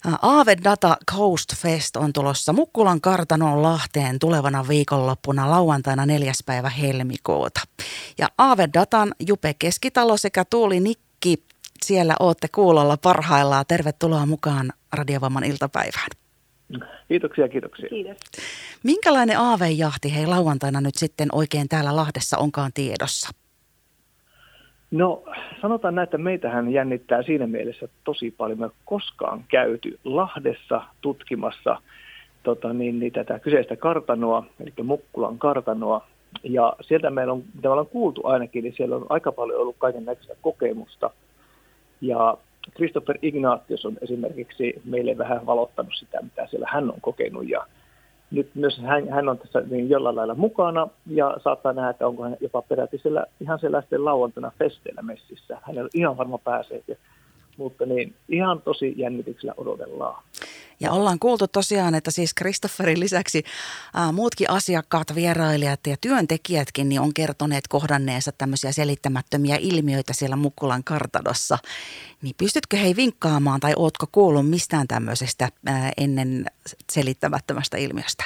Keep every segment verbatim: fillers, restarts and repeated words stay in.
Aave Data Coast Fest on tulossa Mukkulan kartanoon Lahteen tulevana viikonloppuna lauantaina neljäs päivä helmikuuta. Ja Aave Datan Jupe Keskitalo sekä Tuuli Nikki, siellä ootte kuulolla parhaillaan. Tervetuloa mukaan Radiovamman iltapäivään. Kiitoksia, kiitoksia. Kiitos. Minkälainen aavejahti hei lauantaina nyt sitten oikein täällä Lahdessa onkaan tiedossa? No sanotaan näin, että meitähän jännittää siinä mielessä tosi paljon. Me ei koskaan käyty Lahdessa tutkimassa tota, niin, niin, tätä kyseistä kartanoa, eli Mukkulan kartanoa. Ja sieltä meillä on, mitä me ollaan kuultu ainakin, niin siellä on aika paljon ollut kaikennäköistä kokemusta. Ja Christopher Ignatius on esimerkiksi meille vähän valottanut sitä, mitä siellä hän on kokenut. Ja nyt myös hän, hän on tässä niin jollain lailla mukana ja saattaa nähdä, että onko hän jopa peräti siellä, ihan siellä sitten lauantaina festeillä messissä. Hän ei ole ihan varma pääsee, mutta niin ihan tosi jännityksellä odotellaan. Ja ollaan kuultu tosiaan, että siis Christopherin lisäksi ää, muutkin asiakkaat, vierailijat ja työntekijätkin niin on kertoneet kohdanneensa tämmöisiä selittämättömiä ilmiöitä siellä Mukkulan kartanossa. Niin pystytkö hei vinkkaamaan tai ootko kuullut mistään tämmöisestä ää, ennen selittämättömästä ilmiöstä?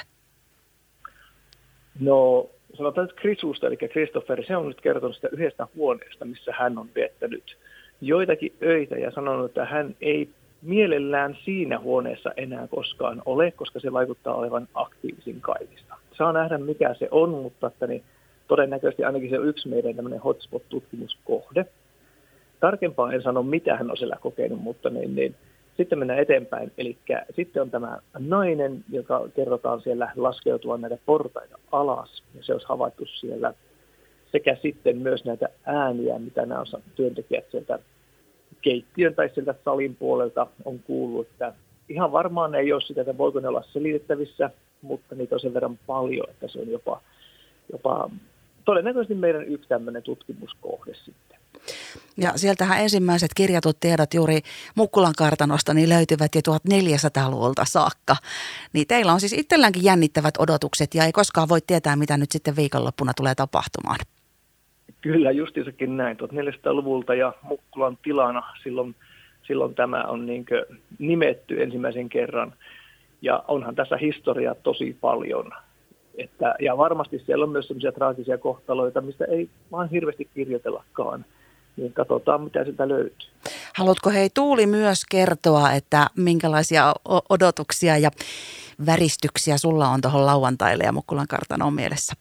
No sanotaan, että Krisusta, eli Christopher, se on nyt kertonut sitä yhdestä huoneesta, missä hän on viettänyt joitakin öitä ja sanonut, että hän ei mielellään siinä huoneessa enää koskaan ole, koska se vaikuttaa olevan aktiivisin kaikista. Saa nähdä, mikä se on, mutta että niin, todennäköisesti ainakin se on yksi meidän tämmöinen hotspot-tutkimuskohde. Tarkempaa en sano, mitä hän on siellä kokenut, mutta niin, niin, sitten mennään eteenpäin. Eli sitten on tämä nainen, joka kerrotaan siellä laskeutuvan näitä portaita alas, ja se olisi havaittu siellä. Sekä sitten myös näitä ääniä, mitä nämä on työntekijät sieltä keittiön tai sieltä salin puolelta on kuullut, että ihan varmaan ei ole sitä, että voiko ne olla selitettävissä, mutta niitä on sen verran paljon, että se on jopa, jopa todennäköisesti meidän yksi tämmöinen tutkimuskohde sitten. Ja sieltähän ensimmäiset kirjatut tiedot juuri Mukkulan kartanosta niin löytyvät jo tuhatneljäsataaluvulta saakka. Niin teillä on siis itselläänkin jännittävät odotukset ja ei koskaan voi tietää, mitä nyt sitten viikonloppuna tulee tapahtumaan. Kyllä, justiinsakin näin. tuhatneljäsataaluvulta ja Mukkulan tilana silloin, silloin tämä on niin kuin nimetty ensimmäisen kerran. Ja onhan tässä historiaa tosi paljon. Että, ja varmasti siellä on myös sellaisia traagisia kohtaloita, mistä ei vaan hirveästi kirjoitellakaan. Niin katsotaan, mitä sieltä löytyy. Haluatko hei Tuuli myös kertoa, että minkälaisia odotuksia ja väristyksiä sulla on tuohon lauantaille ja Mukkulan kartanoon mielessä?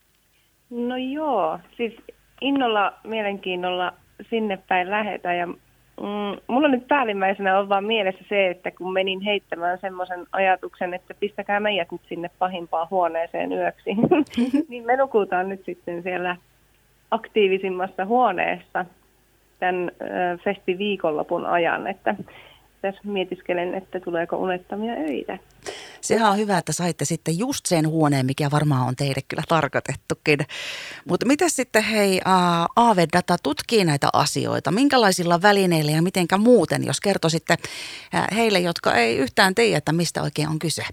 No joo, siis innolla, mielenkiinnolla sinne päin lähetään ja mm, mulla nyt päällimmäisenä on vaan mielessä se, että kun menin heittämään semmoisen ajatuksen, että pistäkää meidät nyt sinne pahimpaan huoneeseen yöksi, niin me nukutaan nyt sitten siellä aktiivisimmassa huoneessa tämän ö, festiviikonlopun ajan, että tässä mietiskelen, että tuleeko unettomia öitä. Sehän on hyvä, että saitte sitten just sen huoneen, mikä varmaan on teille kyllä tarkoitettukin. Mutta miten sitten hei, Aave Data tutkii näitä asioita? Minkälaisilla välineillä ja mitenkä muuten, jos kertoisitte heille, jotka ei yhtään tiedä, että mistä oikein on kyse?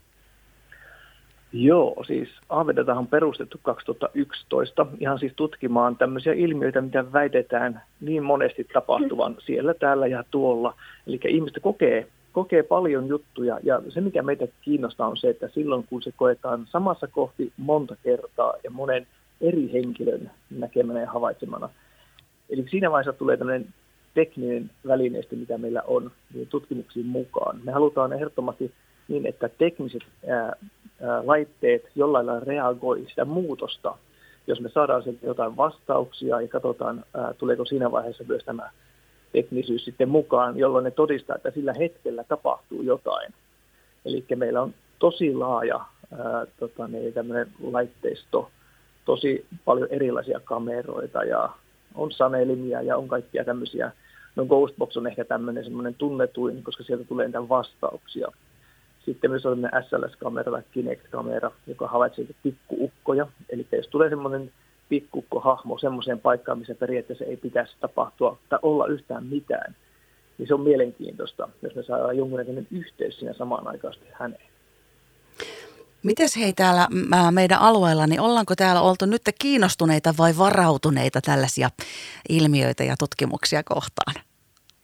Joo, siis Aave Data on perustettu kaksituhattayksitoista ihan siis tutkimaan tämmöisiä ilmiöitä, mitä väitetään niin monesti tapahtuvan siellä, täällä ja tuolla. Eli ihmiset kokee, kokee paljon juttuja ja se, mikä meitä kiinnostaa, on se, että silloin kun se koetaan samassa kohti monta kertaa ja monen eri henkilön näkemänä ja havaitsemana. Eli siinä vaiheessa tulee tämmöinen tekninen välineistö, mitä meillä on niin tutkimuksiin mukaan. Me halutaan ehdottomasti niin, että tekniset ää, ää, laitteet jollain lailla reagoi sitä muutosta. Jos me saadaan sieltä jotain vastauksia ja katsotaan, ää, tuleeko siinä vaiheessa myös tämä teknisyys sitten mukaan, jolloin ne todistaa, että sillä hetkellä tapahtuu jotain. Eli meillä on tosi laaja ää, tota, niin, tämmöinen laitteisto, tosi paljon erilaisia kameroita ja on sanelimia ja on kaikkia tämmöisiä. No Ghostbox on ehkä tämmöinen semmoinen tunnetuin, koska sieltä tulee niitä vastauksia. Sitten myös on S L S-kamera tai Kinect-kamera, joka havaitsee pikkuukkoja. Eli jos tulee semmoinen pikkuukko-hahmo semmoiseen paikkaan, missä periaatteessa ei pitäisi tapahtua tai olla yhtään mitään, niin se on mielenkiintoista, jos me saadaan jonkunlainen yhteys siinä samaan aikaan häneen. Mites hei täällä meidän alueella, niin ollaanko täällä oltu nyt kiinnostuneita vai varautuneita tällaisia ilmiöitä ja tutkimuksia kohtaan?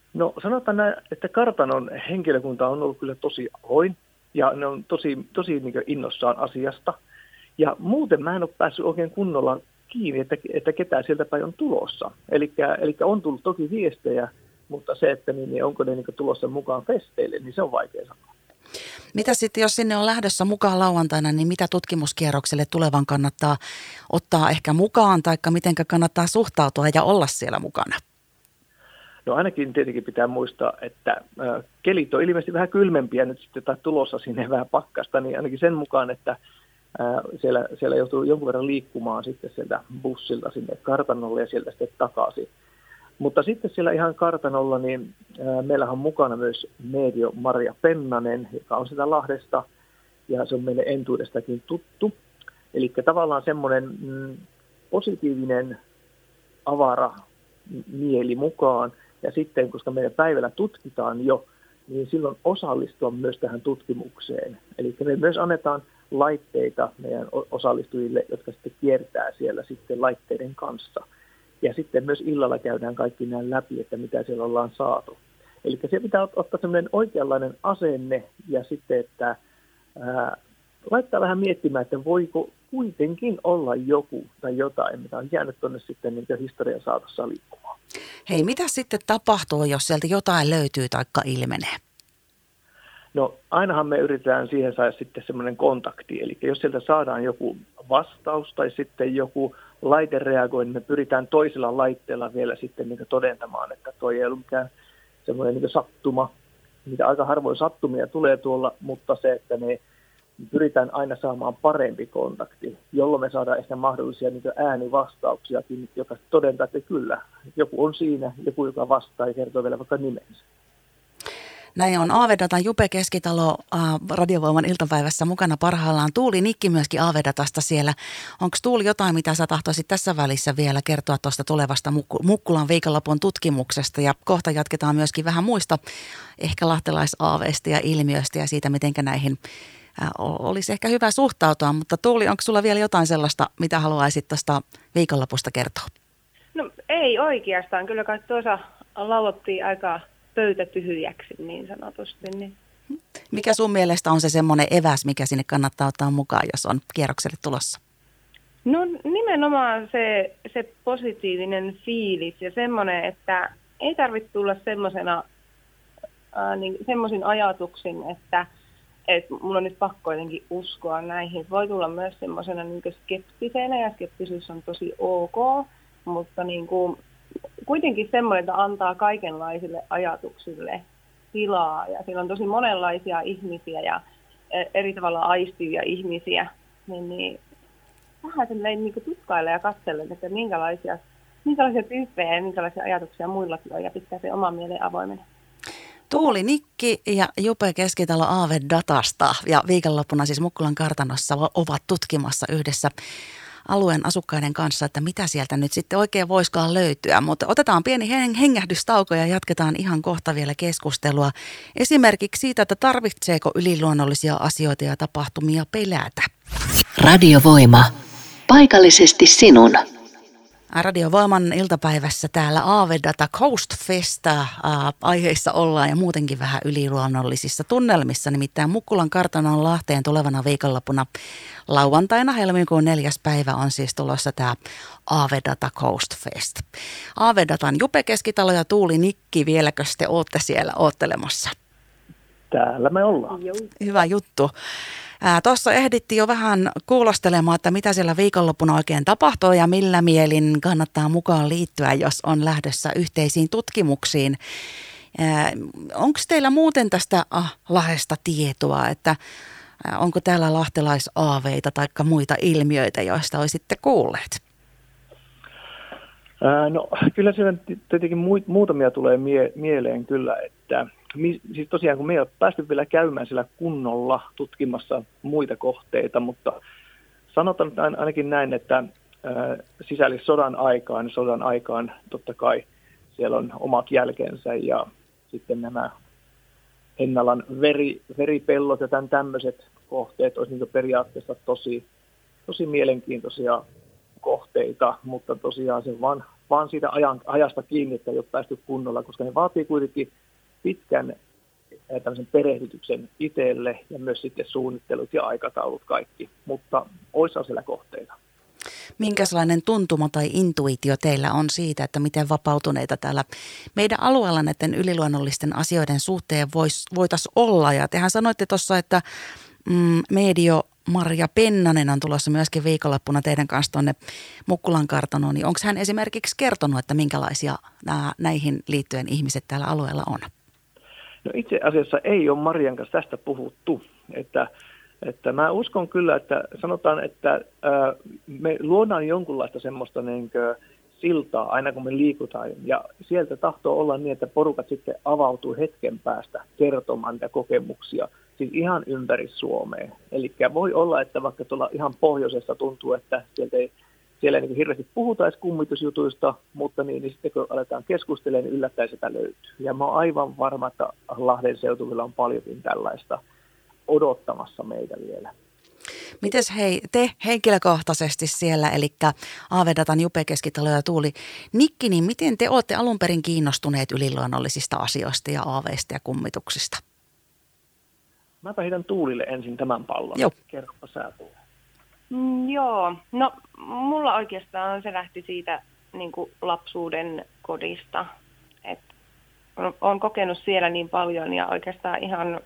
No sanotaan näin, että kartanon henkilökunta on ollut kyllä tosi avoin ja ne on tosi, tosi niin kuin innossaan asiasta. Ja muuten mä en ole päässyt oikein kunnolla kiinni, että, että ketään sieltä päin on tulossa. Eli on tullut toki viestejä, mutta se, että niin, niin onko ne niin kuin tulossa mukaan festeille, niin se on vaikea sanoa. Mitä sitten, jos sinne on lähdössä mukaan lauantaina, niin mitä tutkimuskierrokselle tulevan kannattaa ottaa ehkä mukaan, tai miten kannattaa suhtautua ja olla siellä mukana? No ainakin tietenkin pitää muistaa, että äh, kelit on ilmeisesti vähän kylmempiä nyt sitten tai tulossa sinne vähän pakkasta, niin ainakin sen mukaan, että äh, siellä, siellä joutuu jonkun verran liikkumaan sitten sieltä bussilta sinne kartanolle ja sieltä sitten takaisin. Mutta sitten siellä ihan kartanolla, niin äh, meillähän on mukana myös medio Maria Pennanen, joka on sitä Lahdesta, ja se on meille entuudestakin tuttu. Eli tavallaan semmoinen mm, positiivinen avara mieli mukaan, ja sitten, koska meidän päivällä tutkitaan jo, niin silloin osallistua myös tähän tutkimukseen. Eli me myös annetaan laitteita meidän osallistujille, jotka sitten kiertää siellä sitten laitteiden kanssa. Ja sitten myös illalla käydään kaikki nämä läpi, että mitä siellä ollaan saatu. Eli se pitää ottaa semmoinen oikeanlainen asenne ja sitten, että ää, laittaa vähän miettimään, että voiko kuitenkin olla joku tai jotain, mitä on jäänyt tuonne sitten niin historian saatossa liikkumaan. Hei, mitä sitten tapahtuu, jos sieltä jotain löytyy tai ilmenee? No ainahan me yritetään siihen saada sitten semmoinen kontakti, eli jos sieltä saadaan joku vastaus tai sitten joku laite reagoi, niin me pyritään toisella laitteella vielä sitten niin todentamaan, että toi ei ollut mikään semmoinen niin sattuma, mitä aika harvoin sattumia tulee tuolla, mutta se, että me pyritään aina saamaan parempi kontakti, jolloin me saadaan ehkä mahdollisia niin äänivastauksiakin, joka todentaa, että kyllä, joku on siinä, joku joka vastaa ja kertoo vielä vaikka nimensä. Näin on Aavedatan Jupe Keskitalo äh, Radiovoiman iltapäivässä mukana parhaillaan. Tuuli Nikki myöskin Aavedatasta siellä. Onko Tuuli jotain, mitä sä tahtoisit tässä välissä vielä kertoa tuosta tulevasta Mukkulan viikonlopun tutkimuksesta? Ja kohta jatketaan myöskin vähän muista ehkä lahtelais-aaveista ja ilmiöistä ja siitä, miten näihin äh, olisi ehkä hyvä suhtautua. Mutta Tuuli, onko sulla vielä jotain sellaista, mitä haluaisit tuosta viikonlopusta kertoa? No ei oikeastaan. Kyllä kai tuossa laulettiin aika pöytä tyhjäksi niin sanotusti. Niin. Mikä sun mielestä on se semmoinen eväs, mikä sinne kannattaa ottaa mukaan, jos on kierrokselle tulossa? No nimenomaan se, se positiivinen fiilis ja semmoinen, että ei tarvitse tulla semmoisena äh, niin, semmoisin ajatuksin, että et mulla on nyt pakko jotenkin uskoa näihin. Voi tulla myös semmoisena niin skeptisenä ja skeptisyys on tosi ok, mutta niin kuin kuitenkin semmoinen, että antaa kaikenlaisille ajatuksille tilaa. Ja siellä on tosi monenlaisia ihmisiä ja eri tavalla aistivia ihmisiä. Niin, niin vähän semmoinen niin tutkailla ja katsella, että minkälaisia, minkälaisia tyyppejä ja minkälaisia ajatuksia muillakin on. Ja pitää se oman mieleen avoimena. Tuuli Nikki ja Jupe Keskitalo Aavedatasta ja viikonloppuna siis Mukkulan kartanossa ovat tutkimassa yhdessä alueen asukkaiden kanssa, että mitä sieltä nyt sitten oikein voiskaan löytyä. Mutta otetaan pieni hengähdystauko ja jatketaan ihan kohta vielä keskustelua. Esimerkiksi siitä, että tarvitseeko yliluonnollisia asioita ja tapahtumia pelätä. Radiovoima. Paikallisesti sinun. Radiovoiman iltapäivässä täällä Aavedata Coast Festa äh, aiheissa ollaan ja muutenkin vähän yliluonnollisissa tunnelmissa. Nimittäin Mukkulan kartanon Lahteen tulevana viikonloppuna lauantaina helmikuun neljäs päivä on siis tulossa tämä Aavedata Coast Fest. Aavedatan Jupe Keskitalo ja Tuuli Nikki, vieläkö te ootte siellä oottelemassa? Täällä me ollaan. Hyvä juttu. Tuossa ehdittiin jo vähän kuulostelemaan, että mitä siellä viikonloppuna oikein tapahtuu ja millä mielin kannattaa mukaan liittyä, jos on lähdössä yhteisiin tutkimuksiin. Onko teillä muuten tästä ah, Lahdesta tietoa, että onko täällä lahtelaisaaveita tai muita ilmiöitä, joista olisitte kuulleet? No kyllä siellä tietenkin muutamia tulee mie- mieleen kyllä, että siis tosiaan kun me ei ole päästy vielä käymään siellä kunnolla tutkimassa muita kohteita, mutta sanotaan ainakin näin, että sisällissodan aikaan, sodan aikaan totta kai siellä on omat jälkensä ja sitten nämä Hennalan veri, veripellot ja tämän tämmöiset kohteet olisi niin periaatteessa tosi, tosi mielenkiintoisia kohteita, mutta tosiaan se vaan vaan siitä ajan, ajasta kiinni, että ei ole päästy kunnolla, koska ne vaatii kuitenkin pitkän tämmöisen perehdytyksen itselle ja myös sitten suunnittelut ja aikataulut kaikki, mutta olisi siellä kohteita. Minkälainen tuntuma tai intuitio teillä on siitä, että miten vapautuneita täällä meidän alueella näiden yliluonnollisten asioiden suhteen vois, voitaisiin olla? Ja tehän sanoitte tuossa, että mm, medio Marja Pennanen on tulossa myöskin viikonloppuna teidän kanssa tuonne Mukkulan kartanoon, niin onko hän esimerkiksi kertonut, että minkälaisia nämä, näihin liittyen ihmiset täällä alueella on? No itse asiassa ei ole Marjan kanssa tästä puhuttu, että, että mä uskon kyllä, että sanotaan, että ää, me luodaan jonkunlaista semmoista niin kuin siltaa aina kun me liikutaan ja sieltä tahtoo olla niin, että porukat sitten avautuu hetken päästä kertomaan niitä kokemuksia, siis ihan ympäri Suomea. Eli voi olla, että vaikka tuolla ihan pohjoisessa tuntuu, että sieltä ei, siellä ei niin hirveästi puhuta edes kummitusjutuista, mutta niin, niin sitten kun aletaan keskustelemaan, niin yllättäen sitä löytyy. Ja mä oon aivan varma, että Lahden seutuvilla on paljonkin tällaista odottamassa meitä vielä. Mites hei, te henkilökohtaisesti siellä, eli A V-datan Jupe Keskitalo ja Tuuli Nikki, niin miten te olette alun perin kiinnostuneet yliluonnollisista asioista ja aaveista ja kummituksista? Mäpä heitän Tuulille ensin tämän pallon. Joo. Kerropa sä Tuuli. Mm, joo, no mulla oikeastaan se lähti siitä niin kuin lapsuuden kodista, että olen kokenut siellä niin paljon ja oikeastaan ihan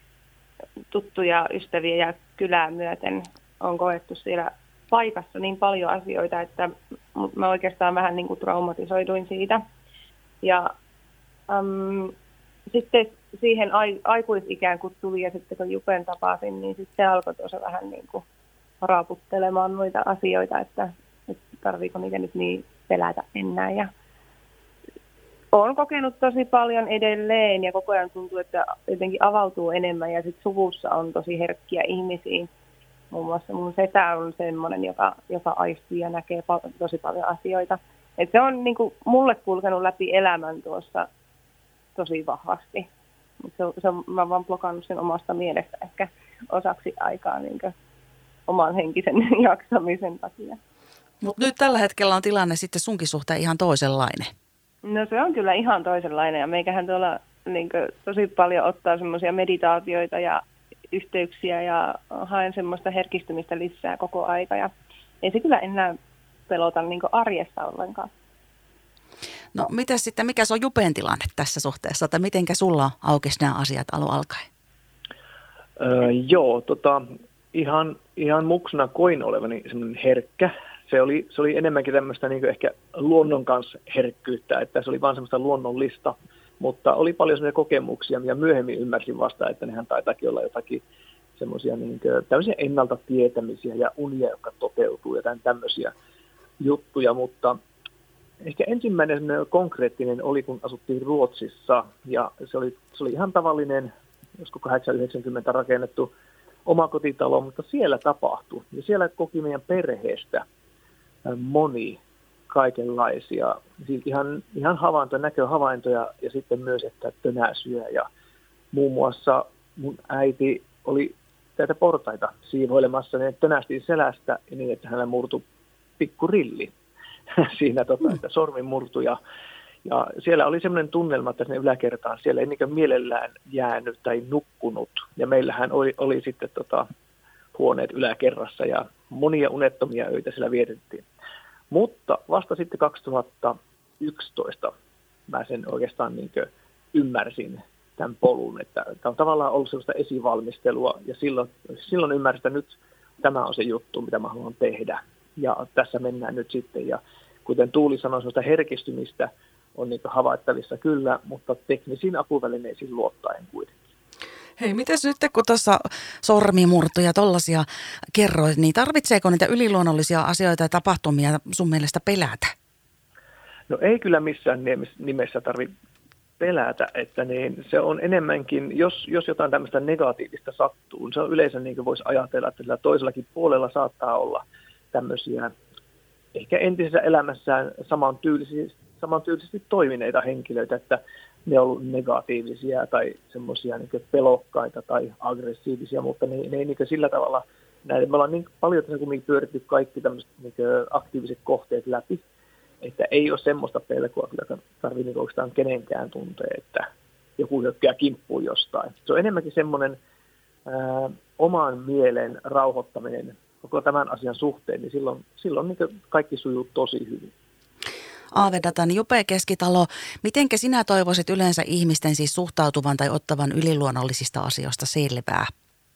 tuttuja ystäviä ja kylää myöten on koettu siellä paikassa niin paljon asioita, että mä oikeastaan vähän niin kuin traumatisoiduin siitä. Ja äm, sitten siihen aikuisikään kun tuli ja sitten kun Jupen tapasin, niin sitten alkoi tuossa vähän niin kuin raaputtelemaan noita asioita, että, että tarviiko niitä nyt niin pelätä enää. Ja olen kokenut tosi paljon edelleen ja koko ajan tuntuu, että jotenkin avautuu enemmän ja sitten suvussa on tosi herkkiä ihmisiä. Muun muassa mun setä on semmoinen, joka, joka aistii ja näkee pal- tosi paljon asioita. Et se on niinku mulle kulkenut läpi elämän tuossa tosi vahvasti. Se, se on, mä oon vaan blokannut sen omasta mielestä ehkä osaksi aikaa niinku oman henkisen jaksamisen takia. Mutta nyt tällä hetkellä on tilanne sitten sunkin suhteen ihan toisenlainen. No se on kyllä ihan toisenlainen ja meikähän tuolla niin kuin, tosi paljon ottaa semmoisia meditaatioita ja yhteyksiä ja haen semmoista herkistymistä lisää koko aika ja ei se kyllä enää pelota niin kuin arjessa ollenkaan. No mitä sitten, mikä se on Jupen tilanne tässä suhteessa, että mitenkä sulla aukesi nämä asiat alun alkaen? Öö, joo, tota, ihan, ihan muksuna koin olevani semmoinen herkkä. Se oli, se oli enemmänkin tämmöistä niin kuin ehkä luonnon kanssa herkkyyttä, että se oli vaan semmoista luonnollista, mutta oli paljon semmoisia kokemuksia, ja myöhemmin ymmärsin vasta, että nehän taitaakin olla jotakin semmoisia niin kuin tämmöisiä ennalta tietämisiä ja unia, jotka toteutuu, jotain tämmöisiä juttuja, mutta ehkä ensimmäinen semmoinen konkreettinen oli, kun asuttiin Ruotsissa, ja se oli, se oli ihan tavallinen, joskus kahdeksankymmentä-yhdeksänkymmentä rakennettu omakotitalo, mutta siellä tapahtui, ja siellä koki meidän perheestä moni kaikenlaisia, siis ihan, ihan havaintoja, näköhavaintoja ja sitten myös, että tönäsyä ja muun muassa mun äiti oli näitä portaita siivoilemassa, ne tönästiin selästä ja niin, että hänellä murtui pikku rilli siinä, tota, että sormi murtui ja, ja siellä oli semmoinen tunnelma, että sinne yläkertaan siellä ei niin mielellään jäänyt tai nukkunut ja meillähän oli, oli sitten tota, huoneet yläkerrassa ja monia unettomia öitä siellä vietettiin. Mutta vasta sitten kaksituhattayksitoista mä sen oikeastaan niin kuin ymmärsin tämän polun, että tämä on tavallaan ollut sellaista esivalmistelua ja silloin, silloin ymmärsin, että nyt tämä on se juttu, mitä mä haluan tehdä. Ja tässä mennään nyt sitten ja kuten Tuuli sanoi, sellaista herkistymistä on niin kuin havaittavissa kyllä, mutta teknisiin apuvälineisiin luottaen kuitenkin. Hei, mites nyt kun tuossa sormimurtoja tollaisia kerroit, niin tarvitseeko niitä yliluonnollisia asioita ja tapahtumia sun mielestä pelätä? No ei kyllä missään nimessä tarvitse pelätä, että niin se on enemmänkin, jos, jos jotain tämmöistä negatiivista sattuu, niin se on yleensä niin kuin voisi ajatella, että sillä toisellakin puolella saattaa olla tämmöisiä ehkä entisessä elämässään samantyylisesti, samantyylisesti toimineita henkilöitä, että ne on ollut negatiivisia tai semmoisia niin pelokkaita tai aggressiivisia, mutta ne, ne ei niin sillä tavalla, näin, me ollaan niin paljon tässä kun pyöritty kaikki tämmöiset niin aktiiviset kohteet läpi, että ei ole semmoista pelkoa, joka tarvitsee niin oikeastaan kenenkään tuntea, että joku hyökkää kimppuun jostain. Se on enemmänkin semmoinen ää, oman mielen rauhoittaminen koko tämän asian suhteen, niin silloin, silloin niin kaikki sujuu tosi hyvin. Aavedatan Jupe Keskitalo, mitenkä sinä toivoisit yleensä ihmisten siis suhtautuvan tai ottavan yliluonnollisista asioista selvää?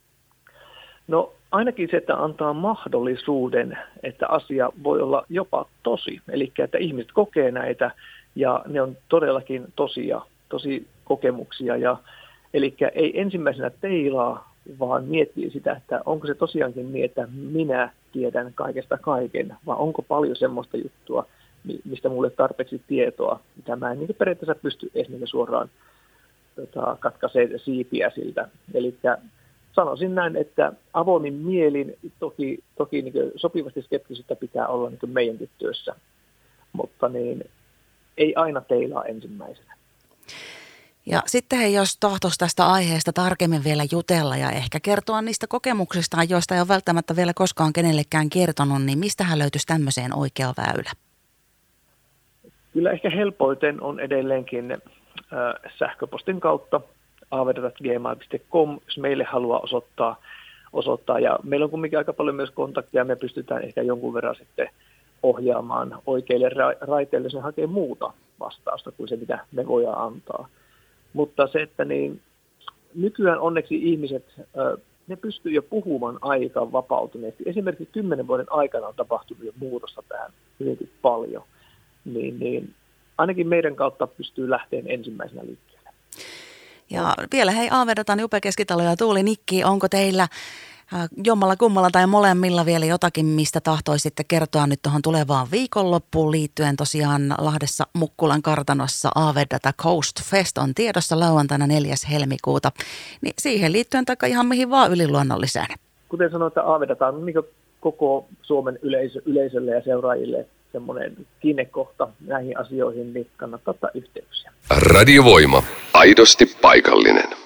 No ainakin se, että antaa mahdollisuuden, että asia voi olla jopa tosi. Eli että ihmiset kokee näitä ja ne on todellakin tosia, tosi kokemuksia. Ja, eli ei ensimmäisenä teilaa, vaan miettii sitä, että onko se tosiaankin niin, että minä tiedän kaikesta kaiken, vai onko paljon semmoista juttua, mistä mulle tarpeeksi tietoa, mitä mä en niin periaatteessa pysty edes niin suoraan tota, katkaisee siipiä siltä. Eli sanoisin näin, että avoimin mielin toki, toki niin sopivasti skeptisyyttä pitää olla niin meidänkin työssä, mutta niin, ei aina teilaa ensimmäisenä. Ja sitten hei, jos tahtoisi tästä aiheesta tarkemmin vielä jutella ja ehkä kertoa niistä kokemuksistaan, joista ei ole välttämättä vielä koskaan kenellekään kertonut, niin mistähän löytyisi tämmöiseen oikea väylä? Kyllä ehkä helpoiten on edelleenkin äh, sähköpostin kautta aavedatat piste gmail piste com, jos meille haluaa osoittaa, osoittaa. Ja meillä on kuitenkin aika paljon myös kontakteja, me pystytään ehkä jonkun verran sitten ohjaamaan oikeille ra- raiteille, sen hakee muuta vastausta kuin se, mitä me voidaan antaa. Mutta se, että niin, nykyään onneksi ihmiset, äh, ne pystyy jo puhumaan aika vapautuneesti. Esimerkiksi kymmenen vuoden aikana on tapahtunut jo muutosta tähän hyvinkin paljon. Niin, niin ainakin meidän kautta pystyy lähteen ensimmäisenä liikkeelle. Ja vielä hei, aavedataan Jupe Keskitalo ja Tuuli Nikki, onko teillä jommalla kummalla tai molemmilla vielä jotakin, mistä tahtoisitte kertoa nyt tuohon tulevaan viikonloppuun liittyen? Tosiaan Lahdessa Mukkulan kartanossa Aavedata Coast Fest on tiedossa lauantaina neljäs helmikuuta. Niin siihen liittyen taikka ihan mihin vaan yliluonnolliseen. Kuten sanoin, että Aavedata on niin koko Suomen yleisö, yleisölle ja seuraajille semmoinen kiinnekohta näihin asioihin, niin kannattaa ottaa yhteyksiä. Radiovoima. Aidosti paikallinen.